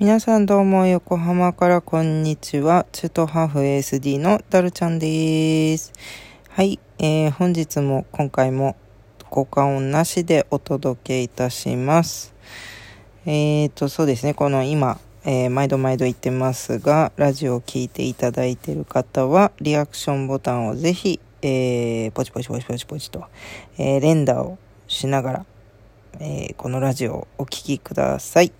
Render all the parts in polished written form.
皆さんどうも、横浜からこんにちは。中途ハーフ ASD のダルちゃんです。はい、本日も今回も効果音なしでお届けいたします。そうですね、この今、毎度言ってますが、ラジオを聞いていただいている方は、リアクションボタンをぜひ、ポチポチと、連打をしながら、このラジオをお聞きください。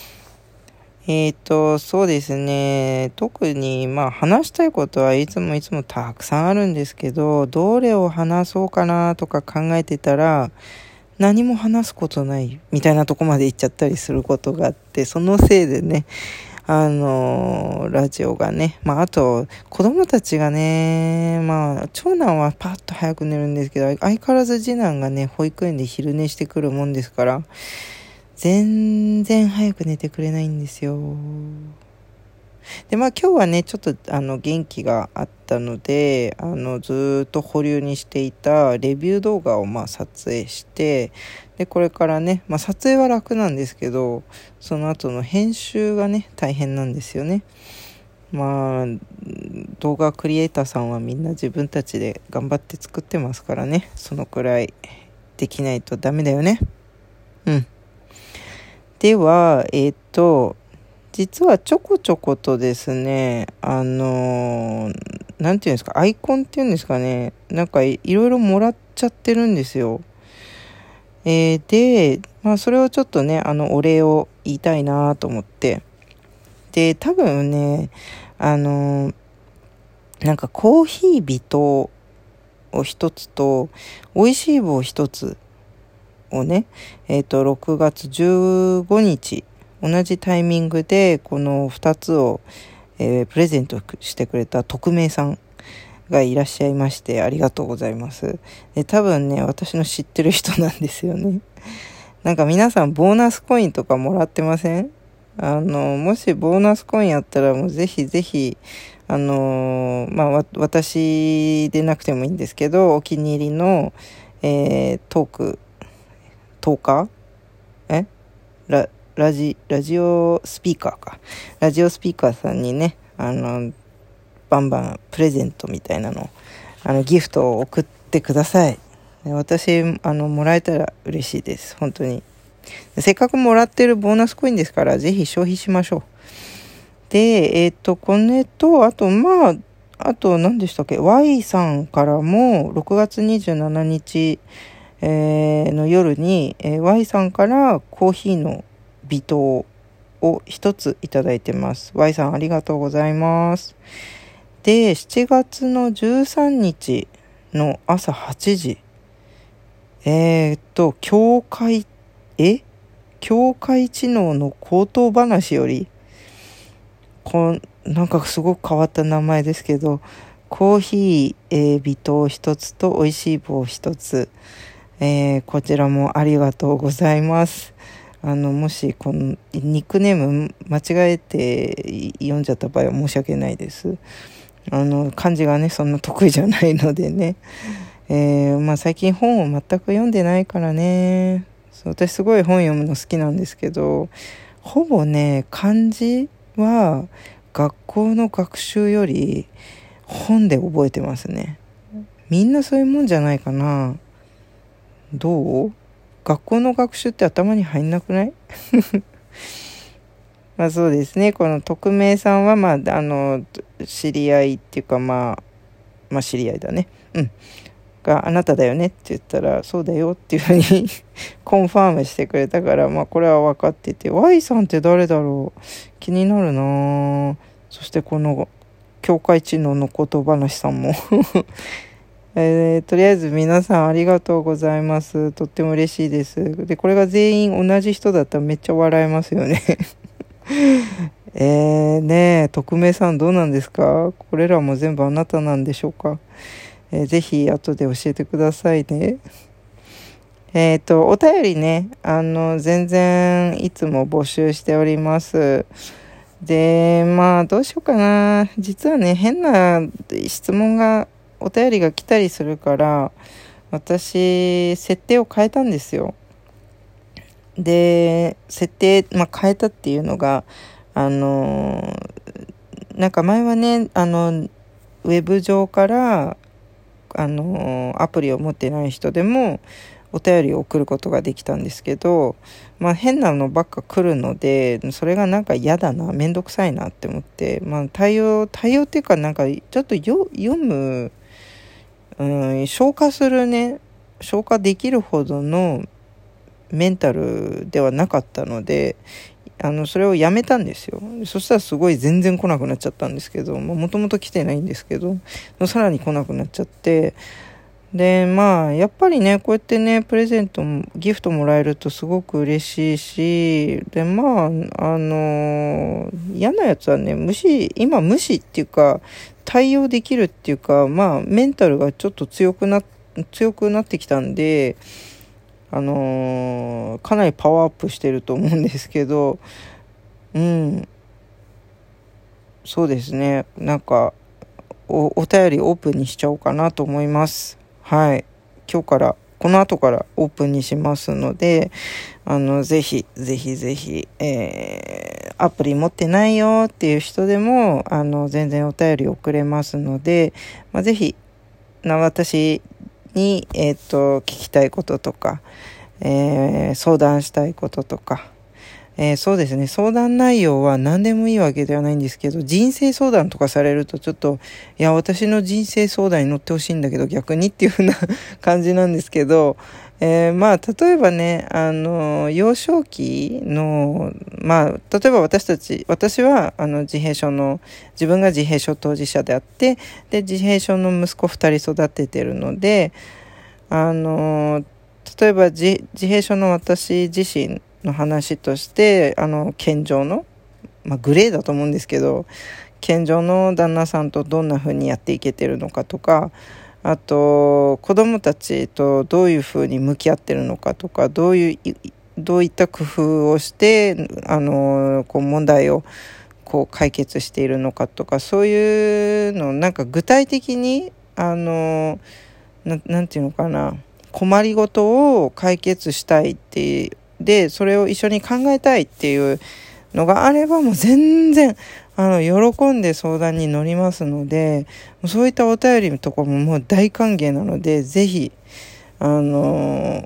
そうですね。特に、話したいことはいつもたくさんあるんですけど、どれを話そうかなとか考えてたら、何も話すことないみたいなとこまで行っちゃったりすることがあって、そのせいでね、ラジオがね、あと、子供たちがね、長男はパッと早く寝るんですけど、相変わらず次男がね、保育園で昼寝してくるもんですから、全然早く寝てくれないんですよ。で、今日はね、ちょっと元気があったので、ずっと保留にしていたレビュー動画を撮影して、で、これからね、撮影は楽なんですけど、その後の編集がね、大変なんですよね。動画クリエイターさんはみんな自分たちで頑張って作ってますからね、そのくらいできないとダメだよね。では、実はちょこちょことですね、なんていうんですか、アイコンっていうんですかね、なんかいろいろもらっちゃってるんですよ。で、それをちょっとね、お礼を言いたいなと思って。で、多分ね、なんかコーヒー微糖を一つと、美味しい棒一つをね、6月15日、同じタイミングでこの2つを、プレゼントしてくれた匿名さんがいらっしゃいまして、ありがとうございます。で、多分ね、私の知ってる人なんですよね。なんか皆さんボーナスコインとかもらってません？もしボーナスコインあったらもうぜひぜひ、私でなくてもいいんですけど、お気に入りの、トーク、10日ラジオスピーカーか。ラジオスピーカーさんにね、バンバンプレゼントみたいなの、ギフトを送ってください。私、もらえたら嬉しいです。本当に。せっかくもらってるボーナスコインですから、ぜひ消費しましょう。で、これと、あと、何でしたっけ？ Y さんからも、6月27日、の夜に、Y さんからコーヒーの微糖を一ついただいてます。Y さんありがとうございます。で、7月の13日の朝8時、境界知能の口頭話より、なんかすごく変わった名前ですけど、コーヒー、微糖一つと美味しい棒一つ、こちらもありがとうございます。もしこのニックネーム間違えて読んじゃった場合は申し訳ないです。漢字がねそんな得意じゃないのでね、最近本を全く読んでないからね。私すごい本読むの好きなんですけど、ほぼね漢字は学校の学習より本で覚えてますね。みんなそういうもんじゃないかな。どう？学校の学習って頭に入んなくない？そうですね。この匿名さんは、知り合いっていうか、知り合いだね。があなただよねって言ったら、そうだよっていうふうにコンファームしてくれたから、これは分かってて、Y さんって誰だろう？気になるな。そしてこの、境界知能の言葉話さんもとりあえず皆さんありがとうございます。とっても嬉しいです。で、これが全員同じ人だったらめっちゃ笑えますよねねえ、匿名さんどうなんですか？これらも全部あなたなんでしょうか？ぜひ後で教えてくださいね。お便りね、全然いつも募集しております。で、どうしようかな。実はね、変な質問がお便りが来たりするから、私設定を変えたんですよ。で、設定、変えたっていうのがなんか前はね、ウェブ上から、アプリを持ってない人でもお便りを送ることができたんですけど、変なのばっか来るので、それがなんか嫌だな、めんどくさいなって思って、対応っていうか、なんかちょっと読む、消化するね、消化できるほどのメンタルではなかったので、それをやめたんですよ。そしたらすごい全然来なくなっちゃったんですけど、もともと来てないんですけど、さらに来なくなっちゃって、で、やっぱりね、こうやってね、プレゼントも、ギフトもらえるとすごく嬉しいし、で、嫌なやつはね、今無視っていうか、対応できるっていうか、メンタルがちょっと強くなってきたんで、かなりパワーアップしてると思うんですけど、そうですね、なんか、お便りオープンにしちゃおうかなと思います。はい。この後からオープンにしますので、ぜひ、アプリ持ってないよっていう人でも、全然お便り送れますので、ぜひ、私に、聞きたいこととか、相談したいこととか、そうですね、相談内容は何でもいいわけではないんですけど、人生相談とかされるとちょっと、私の人生相談に乗ってほしいんだけど逆にっていう風な感じなんですけど、例えばね、幼少期の、例えば私は自分が自閉症当事者であって、で、自閉症の息子2人育ててるので、例えば自閉症の私自身の話として、健常の、グレーだと思うんですけど、健常の旦那さんとどんな風にやっていけてるのかとか、あと子供たちとどういう風に向き合ってるのかとか、どういった工夫をして問題を解決しているのかとか、そういうのなんか具体的になんていうのかな、困りごとを解決したいってでそれを一緒に考えたいっていうのがあれば、もう全然喜んで相談に乗りますので、そういったお便りのところももう大歓迎なので、ぜひはい、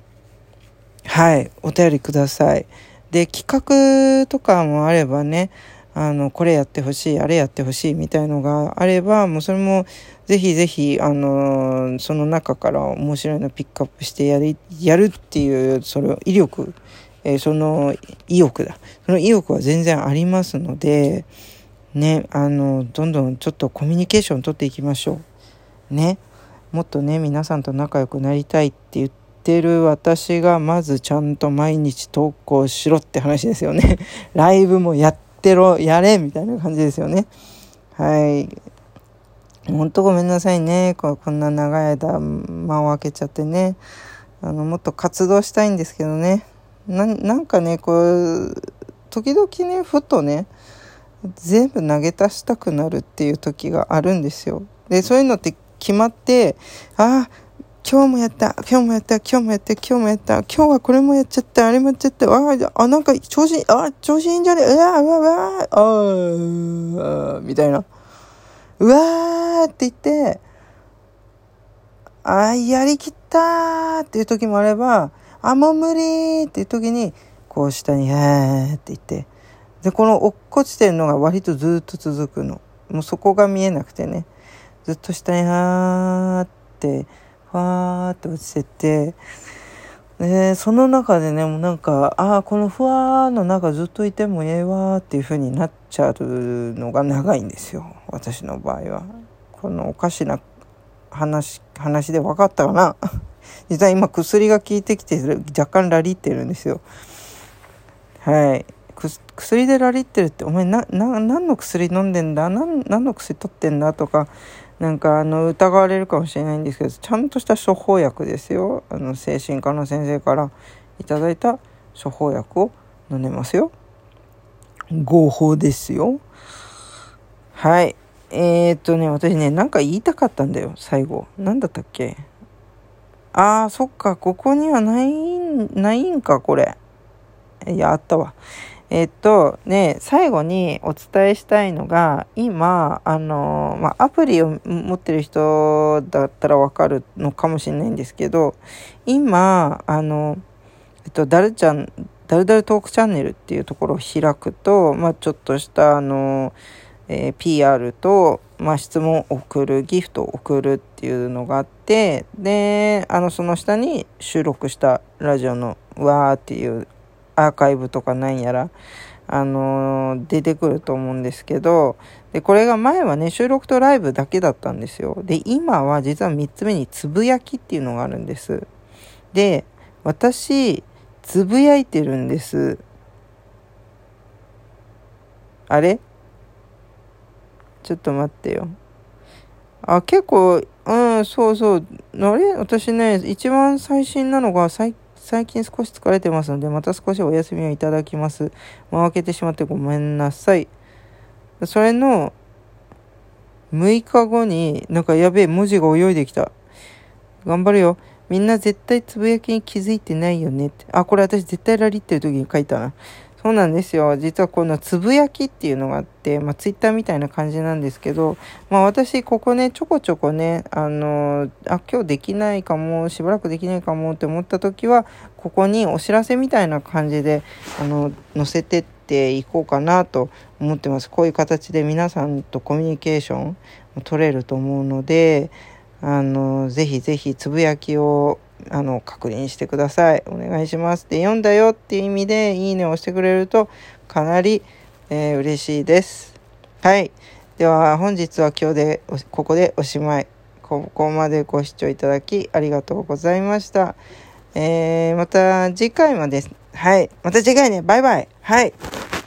お便りください。で、企画とかもあればね、これやってほしい、あれやってほしいみたいのがあれば、もうそれもぜひぜひ、その中から面白いのピックアップしてやるっていう、その意欲は全然ありますので、ね、どんどんちょっとコミュニケーション取っていきましょう。ね。もっとね、皆さんと仲良くなりたいって言ってる私が、まずちゃんと毎日投稿しろって話ですよね。ライブもやれみたいな感じですよね。はい。ほんとごめんなさいね。こんな長い間間を空けちゃってね。もっと活動したいんですけどね。なんかね、時々ね、ふとね、全部投げ出したくなるっていう時があるんですよ。で、そういうのって決まって、今日もやった、今日はこれもやっちゃった、あれもやっちゃった、なんか調子いいんじゃねみたいな。うわーって言って、やりきったーっていう時もあれば、もう無理っていう時に、下にって言って、で、この落っこちてるのが割とずっと続くの。もうそこが見えなくてね。ずっと下にふわーって落ちてって、で、その中でね、もうなんか、このふわーの中ずっといてもええわーっていう風になっちゃうのが長いんですよ。私の場合は。このおかしな話で分かったかな実は今薬が効いてきて若干ラリってるんですよ。はい。薬でラリってるって、お前何の薬飲んでんだ、何の薬取ってんだとか、なんか疑われるかもしれないんですけど、ちゃんとした処方薬ですよ。精神科の先生からいただいた処方薬を飲んでますよ。合法ですよ。はい。私ね、なんか言いたかったんだよ、最後。なんだったっけ。そっか、ここにはないんか、これ。いや、あったわ。 最後にお伝えしたいのが、今、アプリを持ってる人だったらわかるのかもしれないんですけど、今、ダルダルトークチャンネルっていうところを開くと、ちょっとした、PR と、質問を送る、ギフトを送るっていうのがあって、で、その下に収録したラジオのわーっていうアーカイブとかなんやら、出てくると思うんですけど、で、これが前はね、収録とライブだけだったんですよ。で、今は実は3つ目につぶやきっていうのがあるんです。で、私、つぶやいてるんです。あれちょっと待ってよ。結構、そうそう。私ね、一番最新なのが最近少し疲れてますので、また少しお休みをいただきます。開けてしまってごめんなさい。それの6日後になんかやべえ文字が泳いできた。頑張るよ。みんな絶対つぶやきに気づいてないよねって。これ私絶対ラリってる時に書いたな。そうなんですよ。実はこのつぶやきっていうのがあって、ツイッターみたいな感じなんですけど、私ここね、ちょこちょこね、今日できないかも、しばらくできないかもって思った時は、ここにお知らせみたいな感じで、載せてっていこうかなと思ってます。こういう形で皆さんとコミュニケーションを取れると思うので、ぜひぜひつぶやきを確認してください。お願いします。で、読んだよっていう意味でいいねを押してくれるとかなり、嬉しいです。はい。では本日は今日でここでおしまい。ここまでご視聴いただきありがとうございました。また次回まで。はい。また次回ね。バイバイ。はい。